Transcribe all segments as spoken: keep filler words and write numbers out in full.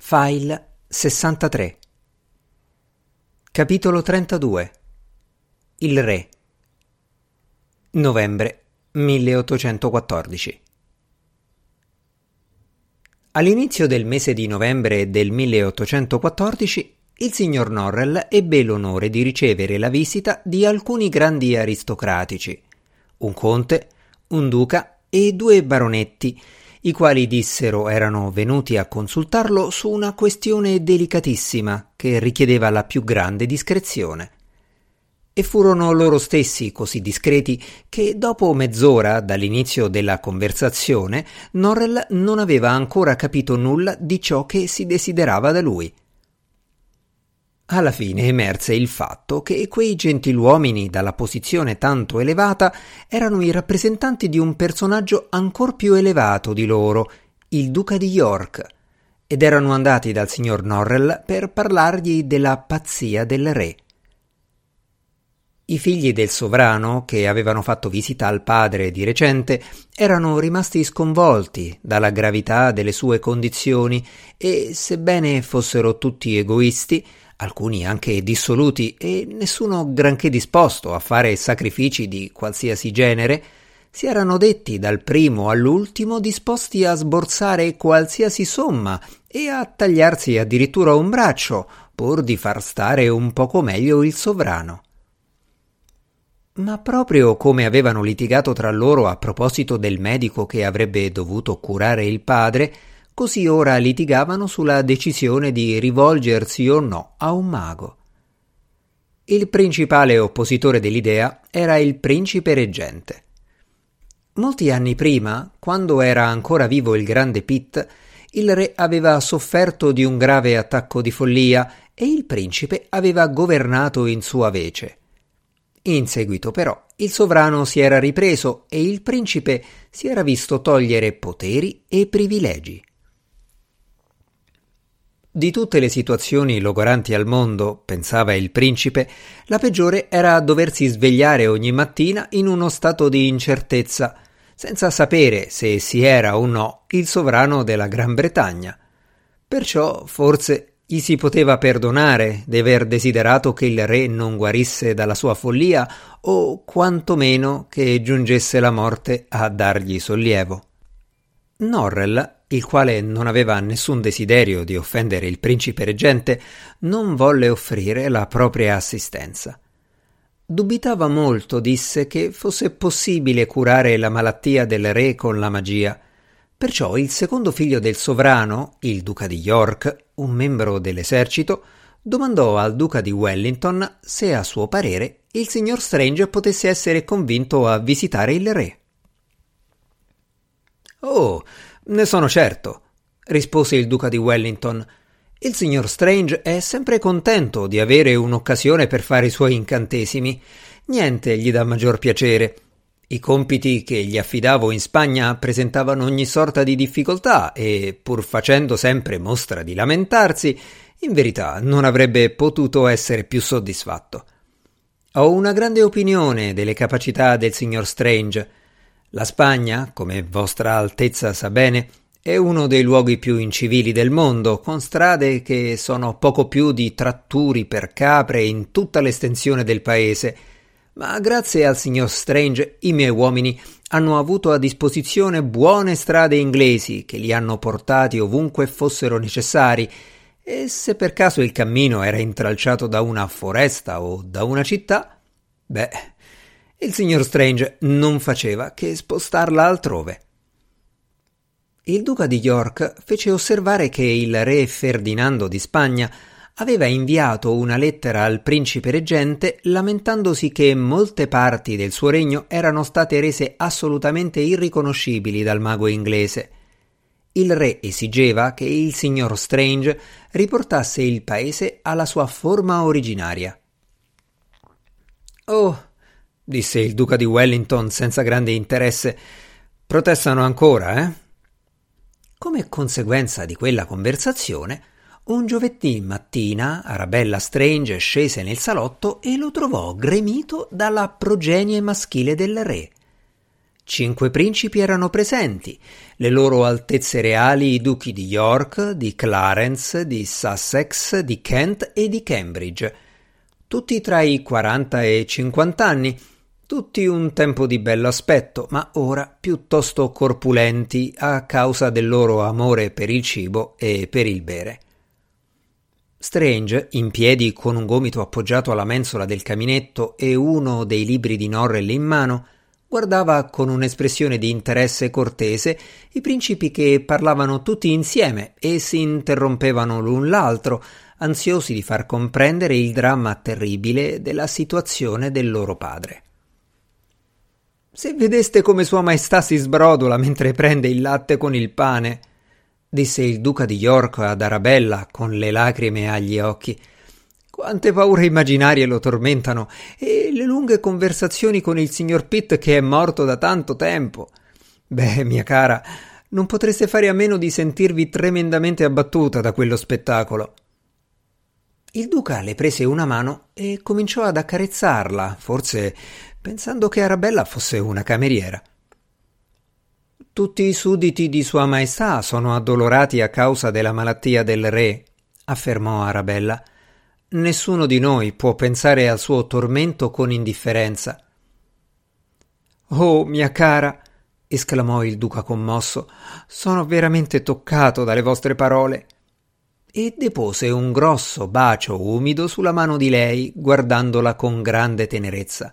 File sessantatré. Capitolo trentadue. Il re. Novembre milleottocentoquattordici. All'inizio del mese di novembre del milleottocentoquattordici il signor Norrell ebbe l'onore di ricevere la visita di alcuni grandi aristocratici, un conte, un duca e due baronetti, i quali dissero erano venuti a consultarlo su una questione delicatissima che richiedeva la più grande discrezione. E furono loro stessi così discreti che dopo mezz'ora dall'inizio della conversazione Norrell non aveva ancora capito nulla di ciò che si desiderava da lui. Alla fine emerse il fatto che quei gentiluomini dalla posizione tanto elevata erano i rappresentanti di un personaggio ancor più elevato di loro, il duca di York, ed erano andati dal signor Norrell per parlargli della pazzia del re. I figli del sovrano, che avevano fatto visita al padre di recente, erano rimasti sconvolti dalla gravità delle sue condizioni e, sebbene fossero tutti egoisti, alcuni anche dissoluti e nessuno granché disposto a fare sacrifici di qualsiasi genere, si erano detti dal primo all'ultimo disposti a sborsare qualsiasi somma e a tagliarsi addirittura un braccio pur di far stare un poco meglio il sovrano. Ma proprio come avevano litigato tra loro a proposito del medico che avrebbe dovuto curare il padre, così ora litigavano sulla decisione di rivolgersi o no a un mago. Il principale oppositore dell'idea era il principe reggente. Molti anni prima, quando era ancora vivo il grande Pitt, il re aveva sofferto di un grave attacco di follia e il principe aveva governato in sua vece. In seguito però il sovrano si era ripreso e il principe si era visto togliere poteri e privilegi. Di tutte le situazioni logoranti al mondo, pensava il principe, la peggiore era doversi svegliare ogni mattina in uno stato di incertezza, senza sapere se si era o no il sovrano della Gran Bretagna. Perciò forse gli si poteva perdonare d'aver desiderato che il re non guarisse dalla sua follia o quantomeno che giungesse la morte a dargli sollievo. Norrell, il quale non aveva nessun desiderio di offendere il principe reggente, non volle offrire la propria assistenza. Dubitava molto, disse, che fosse possibile curare la malattia del re con la magia. Perciò il secondo figlio del sovrano, il duca di York, un membro dell'esercito, domandò al duca di Wellington se a suo parere il signor Strange potesse essere convinto a visitare il re. «Oh, ne sono certo», rispose il duca di Wellington. «Il signor Strange è sempre contento di avere un'occasione per fare i suoi incantesimi. Niente gli dà maggior piacere. I compiti che gli affidavo in Spagna presentavano ogni sorta di difficoltà e, pur facendo sempre mostra di lamentarsi, in verità non avrebbe potuto essere più soddisfatto. Ho una grande opinione delle capacità del signor Strange. La Spagna, come vostra altezza sa bene, è uno dei luoghi più incivili del mondo, con strade che sono poco più di tratturi per capre in tutta l'estensione del paese. Ma grazie al signor Strange i miei uomini hanno avuto a disposizione buone strade inglesi che li hanno portati ovunque fossero necessari, e se per caso il cammino era intralciato da una foresta o da una città, beh, il signor Strange non faceva che spostarla altrove. Il duca di York fece osservare che il re Ferdinando di Spagna aveva inviato una lettera al principe reggente lamentandosi che molte parti del suo regno erano state rese assolutamente irriconoscibili dal mago inglese. Il re esigeva che il signor Strange riportasse il paese alla sua forma originaria. «Oh», disse il duca di Wellington senza grande interesse, «protestano ancora, eh?» Come conseguenza di quella conversazione, un giovedì mattina Arabella Strange scese nel salotto e lo trovò gremito dalla progenie maschile del re. Cinque principi erano presenti, le loro altezze reali i duchi di York, di Clarence, di Sussex, di Kent e di Cambridge, tutti tra i quaranta e i cinquanta anni, tutti un tempo di bello aspetto, ma ora piuttosto corpulenti a causa del loro amore per il cibo e per il bere. Strange, in piedi con un gomito appoggiato alla mensola del caminetto e uno dei libri di Norrell in mano, guardava con un'espressione di interesse cortese i principi che parlavano tutti insieme e si interrompevano l'un l'altro, ansiosi di far comprendere il dramma terribile della situazione del loro padre. «Se vedeste come Sua Maestà si sbrodola mentre prende il latte con il pane», disse il duca di York ad Arabella con le lacrime agli occhi. «Quante paure immaginarie lo tormentano, e le lunghe conversazioni con il signor Pitt che è morto da tanto tempo. Beh, mia cara, non potreste fare a meno di sentirvi tremendamente abbattuta da quello spettacolo». Il duca le prese una mano e cominciò ad accarezzarla, forse pensando che Arabella fosse una cameriera. «Tutti i sudditi di Sua Maestà sono addolorati a causa della malattia del re», affermò Arabella. «Nessuno di noi può pensare al suo tormento con indifferenza». «Oh, mia cara», esclamò il duca commosso, «sono veramente toccato dalle vostre parole». E depose un grosso bacio umido sulla mano di lei, guardandola con grande tenerezza.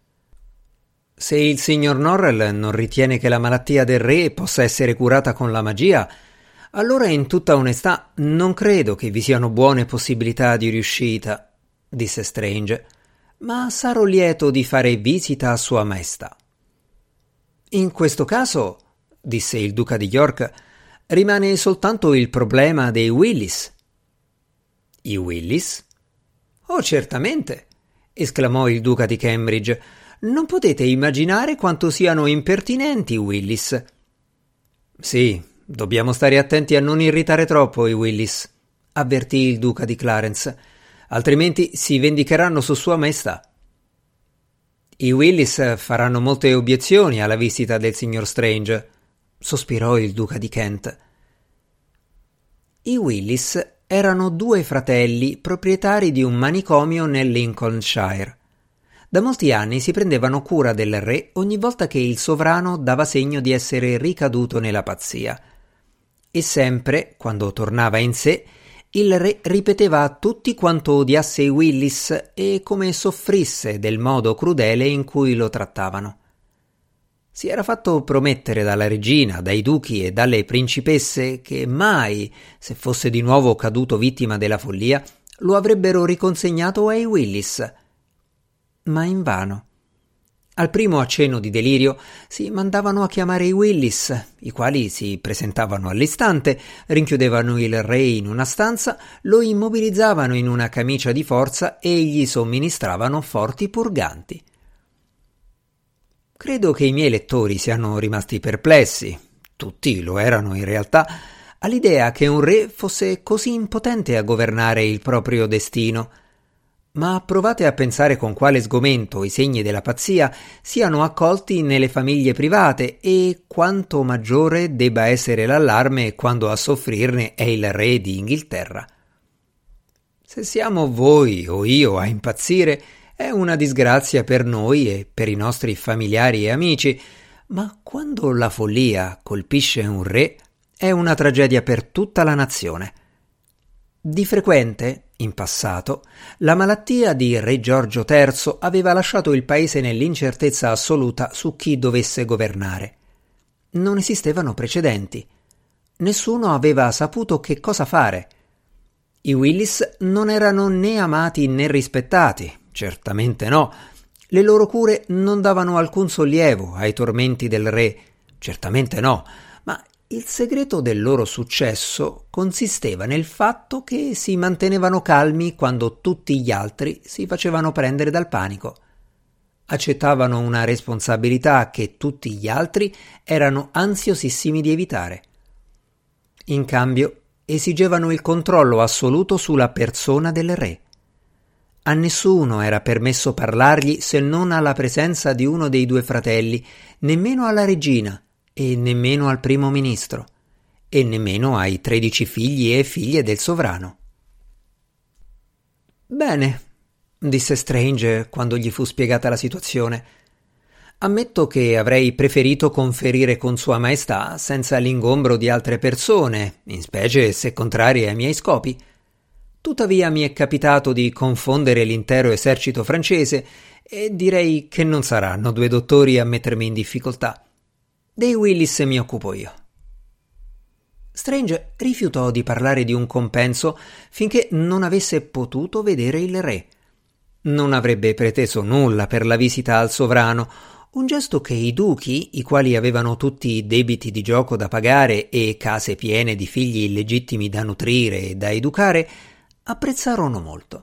«Se il signor Norrell non ritiene che la malattia del re possa essere curata con la magia, allora in tutta onestà non credo che vi siano buone possibilità di riuscita», disse Strange, «ma sarò lieto di fare visita a Sua Maestà». «In questo caso», disse il duca di York, «rimane soltanto il problema dei Willis». «I Willis?» «Oh, certamente», esclamò il duca di Cambridge. «Non potete immaginare quanto siano impertinenti i Willis». «Sì, dobbiamo stare attenti a non irritare troppo i Willis», avvertì il duca di Clarence, «altrimenti si vendicheranno su Sua Maestà». «I Willis faranno molte obiezioni alla visita del signor Strange», sospirò il duca di Kent. I Willis erano due fratelli proprietari di un manicomio nel Lincolnshire. Da molti anni si prendevano cura del re ogni volta che il sovrano dava segno di essere ricaduto nella pazzia. E sempre, quando tornava in sé, il re ripeteva a tutti quanto odiasse i Willis e come soffrisse del modo crudele in cui lo trattavano. Si era fatto promettere dalla regina, dai duchi e dalle principesse che mai, se fosse di nuovo caduto vittima della follia, lo avrebbero riconsegnato ai Willis. Ma invano. Al primo accenno di delirio si mandavano a chiamare i Willis, i quali si presentavano all'istante, rinchiudevano il re in una stanza, lo immobilizzavano in una camicia di forza e gli somministravano forti purganti. Credo che i miei lettori siano rimasti perplessi, tutti lo erano in realtà, all'idea che un re fosse così impotente a governare il proprio destino. Ma provate a pensare con quale sgomento i segni della pazzia siano accolti nelle famiglie private e quanto maggiore debba essere l'allarme quando a soffrirne è il re di Inghilterra. Se siamo voi o io a impazzire, è una disgrazia per noi e per i nostri familiari e amici, ma quando la follia colpisce un re, è una tragedia per tutta la nazione. Di frequente, in passato, la malattia di Re Giorgio terzo aveva lasciato il paese nell'incertezza assoluta su chi dovesse governare. Non esistevano precedenti. Nessuno aveva saputo che cosa fare. I Willis non erano né amati né rispettati, certamente no. Le loro cure non davano alcun sollievo ai tormenti del re, certamente no. Ma il segreto del loro successo consisteva nel fatto che si mantenevano calmi quando tutti gli altri si facevano prendere dal panico. Accettavano una responsabilità che tutti gli altri erano ansiosissimi di evitare. In cambio, esigevano il controllo assoluto sulla persona del re. A nessuno era permesso parlargli se non alla presenza di uno dei due fratelli, nemmeno alla regina e nemmeno al primo ministro, e nemmeno ai tredici figli e figlie del sovrano. «Bene», disse Strange quando gli fu spiegata la situazione. «Ammetto che avrei preferito conferire con Sua Maestà senza l'ingombro di altre persone, in specie se contrarie ai miei scopi. Tuttavia mi è capitato di confondere l'intero esercito francese e direi che non saranno due dottori a mettermi in difficoltà. Dei Willis mi occupo io». Strange rifiutò di parlare di un compenso finché non avesse potuto vedere il re. Non avrebbe preteso nulla per la visita al sovrano, un gesto che i duchi, i quali avevano tutti debiti di gioco da pagare e case piene di figli illegittimi da nutrire e da educare, apprezzarono molto.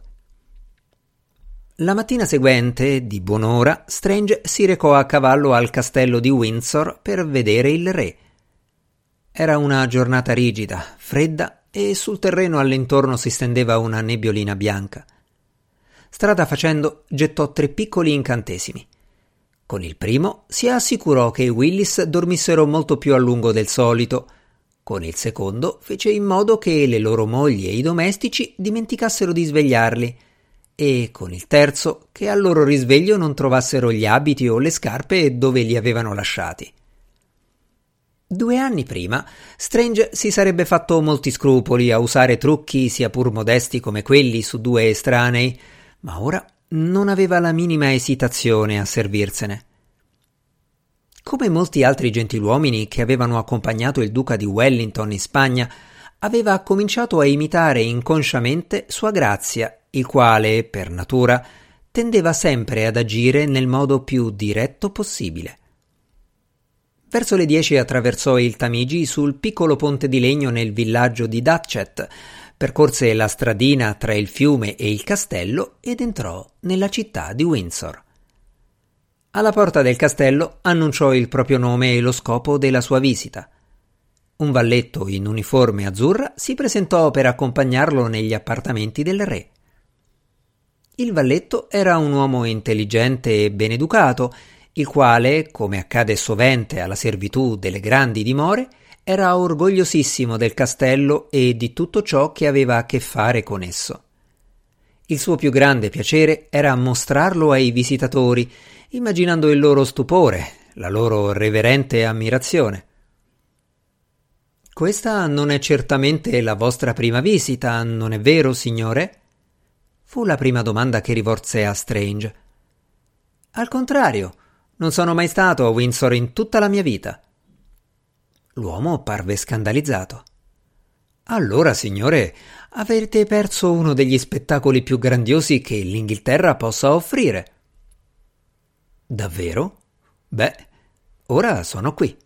La mattina seguente, di buon'ora, Strange si recò a cavallo al castello di Windsor per vedere il re. Era una giornata rigida, fredda, e sul terreno all'intorno si stendeva una nebbiolina bianca. Strada facendo, gettò tre piccoli incantesimi. Con il primo si assicurò che i Willis dormissero molto più a lungo del solito. Con il secondo fece in modo che le loro mogli e i domestici dimenticassero di svegliarli, e con il terzo che al loro risveglio non trovassero gli abiti o le scarpe dove li avevano lasciati. Due anni prima, Strange si sarebbe fatto molti scrupoli a usare trucchi sia pur modesti come quelli su due estranei, ma ora non aveva la minima esitazione a servirsene. Come molti altri gentiluomini che avevano accompagnato il duca di Wellington in Spagna, aveva cominciato a imitare inconsciamente Sua Grazia, il quale, per natura, tendeva sempre ad agire nel modo più diretto possibile. Verso le dieci attraversò il Tamigi sul piccolo ponte di legno nel villaggio di Datchet, percorse la stradina tra il fiume e il castello ed entrò nella città di Windsor. Alla porta del castello annunciò il proprio nome e lo scopo della sua visita. Un valletto in uniforme azzurra si presentò per accompagnarlo negli appartamenti del re. Il valletto era un uomo intelligente e ben educato, il quale, come accade sovente alla servitù delle grandi dimore, era orgogliosissimo del castello e di tutto ciò che aveva a che fare con esso. Il suo più grande piacere era mostrarlo ai visitatori, immaginando il loro stupore, la loro reverente ammirazione. «Questa non è certamente la vostra prima visita, non è vero, signore?» Fu la prima domanda che rivolse a Strange. «Al contrario, non sono mai stato a Windsor in tutta la mia vita». L'uomo parve scandalizzato. «Allora, signore, avete perso uno degli spettacoli più grandiosi che l'Inghilterra possa offrire». «Davvero? Beh, ora sono qui».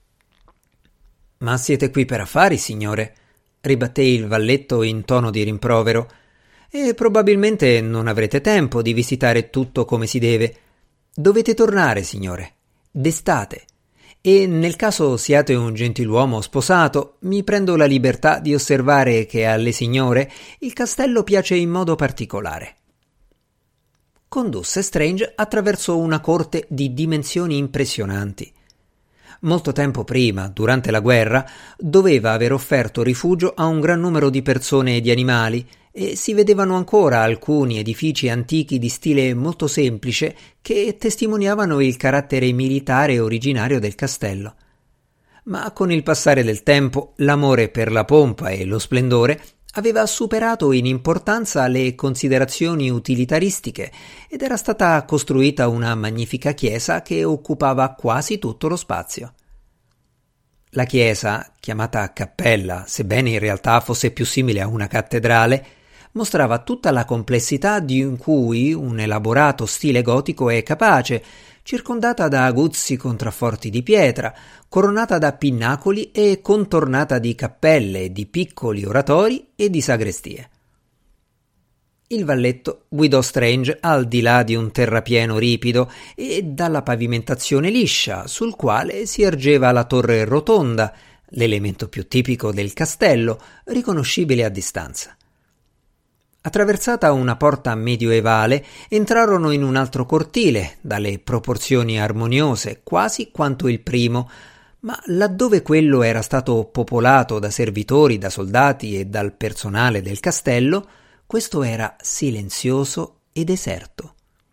«Ma siete qui per affari, signore», ribatté il valletto in tono di rimprovero, «e probabilmente non avrete tempo di visitare tutto come si deve. Dovete tornare, signore, d'estate, e nel caso siate un gentiluomo sposato, mi prendo la libertà di osservare che alle signore il castello piace in modo particolare». Condusse Strange attraverso una corte di dimensioni impressionanti. Molto tempo prima, durante la guerra, doveva aver offerto rifugio a un gran numero di persone e di animali, e si vedevano ancora alcuni edifici antichi di stile molto semplice che testimoniavano il carattere militare originario del castello. Ma con il passare del tempo l'amore per la pompa e lo splendore aveva superato in importanza le considerazioni utilitaristiche ed era stata costruita una magnifica chiesa che occupava quasi tutto lo spazio. La chiesa, chiamata cappella, sebbene in realtà fosse più simile a una cattedrale, mostrava tutta la complessità di cui un elaborato stile gotico è capace, circondata da aguzzi contrafforti di pietra, coronata da pinnacoli e contornata di cappelle, di piccoli oratori e di sagrestie. Il valletto guidò Strange al di là di un terrapieno ripido e dalla pavimentazione liscia, sul quale si ergeva la torre rotonda, l'elemento più tipico del castello, riconoscibile a distanza. Attraversata una porta medioevale, entrarono in un altro cortile, dalle proporzioni armoniose, quasi quanto il primo, ma laddove quello era stato popolato da servitori, da soldati e dal personale del castello, questo era silenzioso e deserto.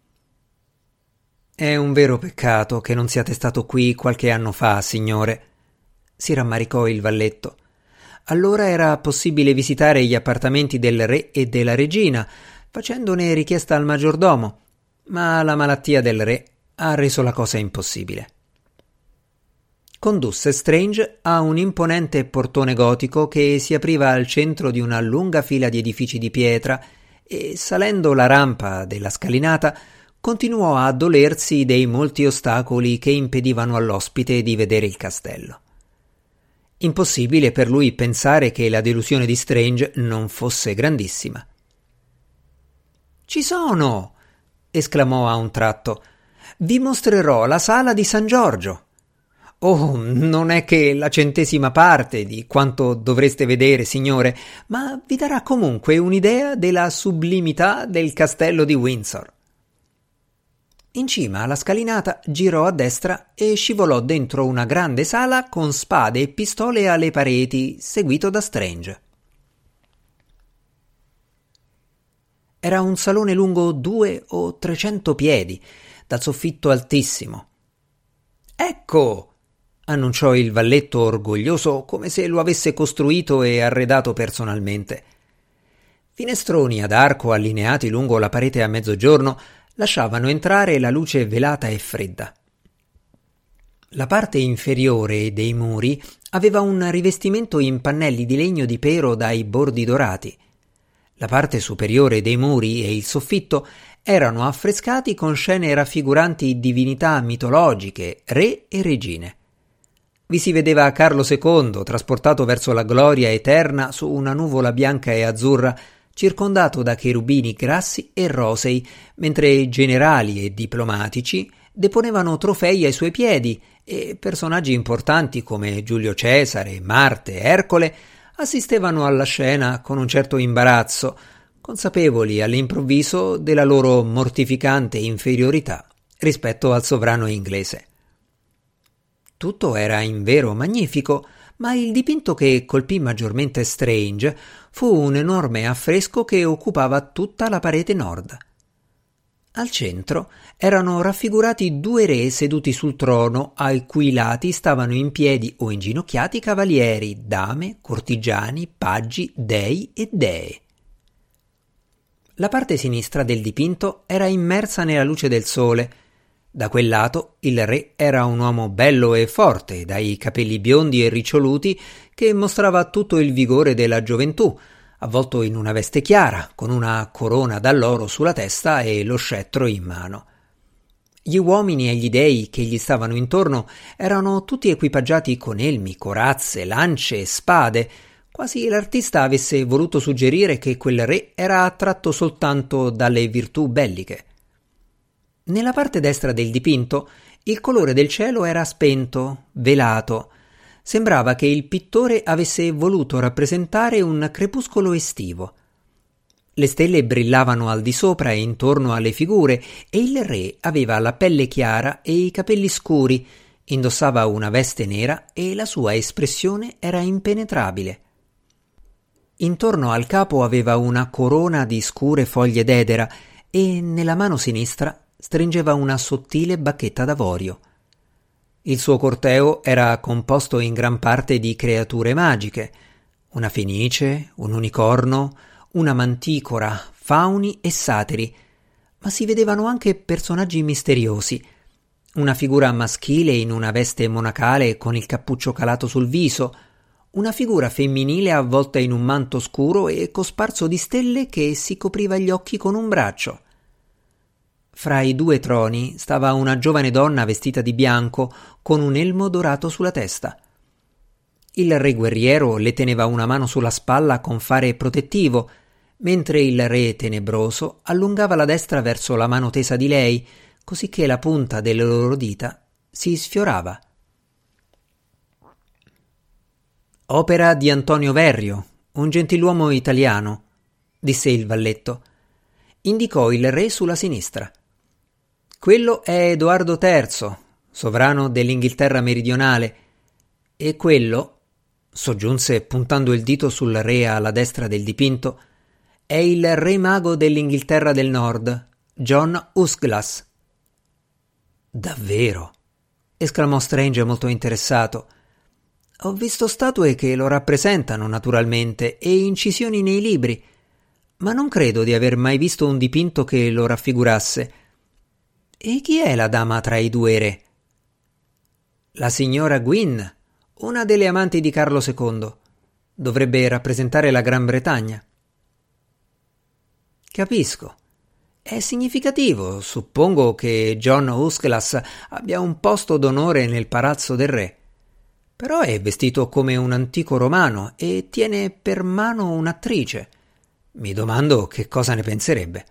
«È un vero peccato che non siate stato qui qualche anno fa, signore», si rammaricò il valletto. Allora era possibile visitare gli appartamenti del re e della regina, facendone richiesta al maggiordomo, ma la malattia del re ha reso la cosa impossibile. Condusse Strange a un imponente portone gotico che si apriva al centro di una lunga fila di edifici di pietra e, salendo la rampa della scalinata, continuò a dolersi dei molti ostacoli che impedivano all'ospite di vedere il castello. Impossibile per lui pensare che la delusione di Strange non fosse grandissima. «Ci sono!» esclamò a un tratto. «Vi mostrerò la sala di San Giorgio. Oh, non è che la centesima parte di quanto dovreste vedere, signore, ma vi darà comunque un'idea della sublimità del castello di Windsor». In cima alla scalinata girò a destra e scivolò dentro una grande sala con spade e pistole alle pareti, seguito da Strange. Era un salone lungo due o trecento piedi, dal soffitto altissimo. «Ecco!» annunciò il valletto orgoglioso, come se lo avesse costruito e arredato personalmente. Finestroni ad arco allineati lungo la parete a mezzogiorno lasciavano entrare la luce velata e fredda. La parte inferiore dei muri aveva un rivestimento in pannelli di legno di pero dai bordi dorati. La parte superiore dei muri e il soffitto erano affrescati con scene raffiguranti divinità mitologiche, re e regine. Vi si vedeva Carlo secondo trasportato verso la gloria eterna su una nuvola bianca e azzurra, circondato da cherubini grassi e rosei, mentre generali e diplomatici deponevano trofei ai suoi piedi e personaggi importanti come Giulio Cesare, Marte, Ercole assistevano alla scena con un certo imbarazzo, consapevoli all'improvviso della loro mortificante inferiorità rispetto al sovrano inglese. Tutto era invero magnifico, ma il dipinto che colpì maggiormente Strange fu un enorme affresco che occupava tutta la parete nord. Al centro erano raffigurati due re seduti sul trono, ai cui lati stavano in piedi o inginocchiati cavalieri, dame, cortigiani, paggi, dei e dee. La parte sinistra del dipinto era immersa nella luce del sole. Da quel lato il re era un uomo bello e forte, dai capelli biondi e riccioluti, che mostrava tutto il vigore della gioventù, avvolto in una veste chiara, con una corona d'alloro sulla testa e lo scettro in mano. Gli uomini e gli dei che gli stavano intorno erano tutti equipaggiati con elmi, corazze, lance e spade, quasi l'artista avesse voluto suggerire che quel re era attratto soltanto dalle virtù belliche. Nella parte destra del dipinto il colore del cielo era spento, velato. Sembrava che il pittore avesse voluto rappresentare un crepuscolo estivo. Le stelle brillavano al di sopra e intorno alle figure e il re aveva la pelle chiara e i capelli scuri, indossava una veste nera e la sua espressione era impenetrabile. Intorno al capo aveva una corona di scure foglie d'edera e nella mano sinistra stringeva una sottile bacchetta d'avorio. Il suo corteo era composto in gran parte di creature magiche, una fenice, un unicorno, una manticora, fauni e satiri, ma si vedevano anche personaggi misteriosi, una figura maschile in una veste monacale con il cappuccio calato sul viso, una figura femminile avvolta in un manto scuro e cosparso di stelle che si copriva gli occhi con un braccio. Fra i due troni stava una giovane donna vestita di bianco con un elmo dorato sulla testa. Il re guerriero le teneva una mano sulla spalla con fare protettivo, mentre il re tenebroso allungava la destra verso la mano tesa di lei, così che la punta delle loro dita si sfiorava. Opera di Antonio Verrio, un gentiluomo italiano, disse il valletto. Indicò il re sulla sinistra. Quello è Edoardo terzo, sovrano dell'Inghilterra meridionale, e quello, soggiunse puntando il dito sul re alla destra del dipinto, è il re mago dell'Inghilterra del Nord, John Usglass. Davvero? Esclamò Strange molto interessato. Ho visto statue che lo rappresentano naturalmente e incisioni nei libri, ma non credo di aver mai visto un dipinto che lo raffigurasse. E chi è la dama tra i due re? La signora Gwyn, una delle amanti di Carlo secondo. Dovrebbe rappresentare la Gran Bretagna. Capisco. È significativo, suppongo che John Usglass abbia un posto d'onore nel palazzo del re. Però è vestito come un antico romano e tiene per mano un'attrice. Mi domando che cosa ne penserebbe.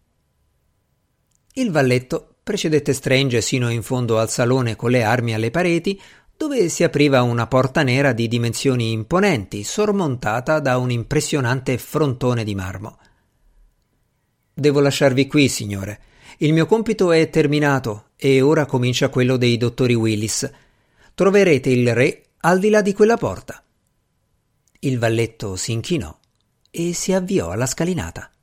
Il valletto precedette Strange sino in fondo al salone con le armi alle pareti, dove si apriva una porta nera di dimensioni imponenti, sormontata da un impressionante frontone di marmo. Devo lasciarvi qui, signore. Il mio compito è terminato e ora comincia quello dei dottori Willis. Troverete il re al di là di quella porta. Il valletto si inchinò e si avviò alla scalinata.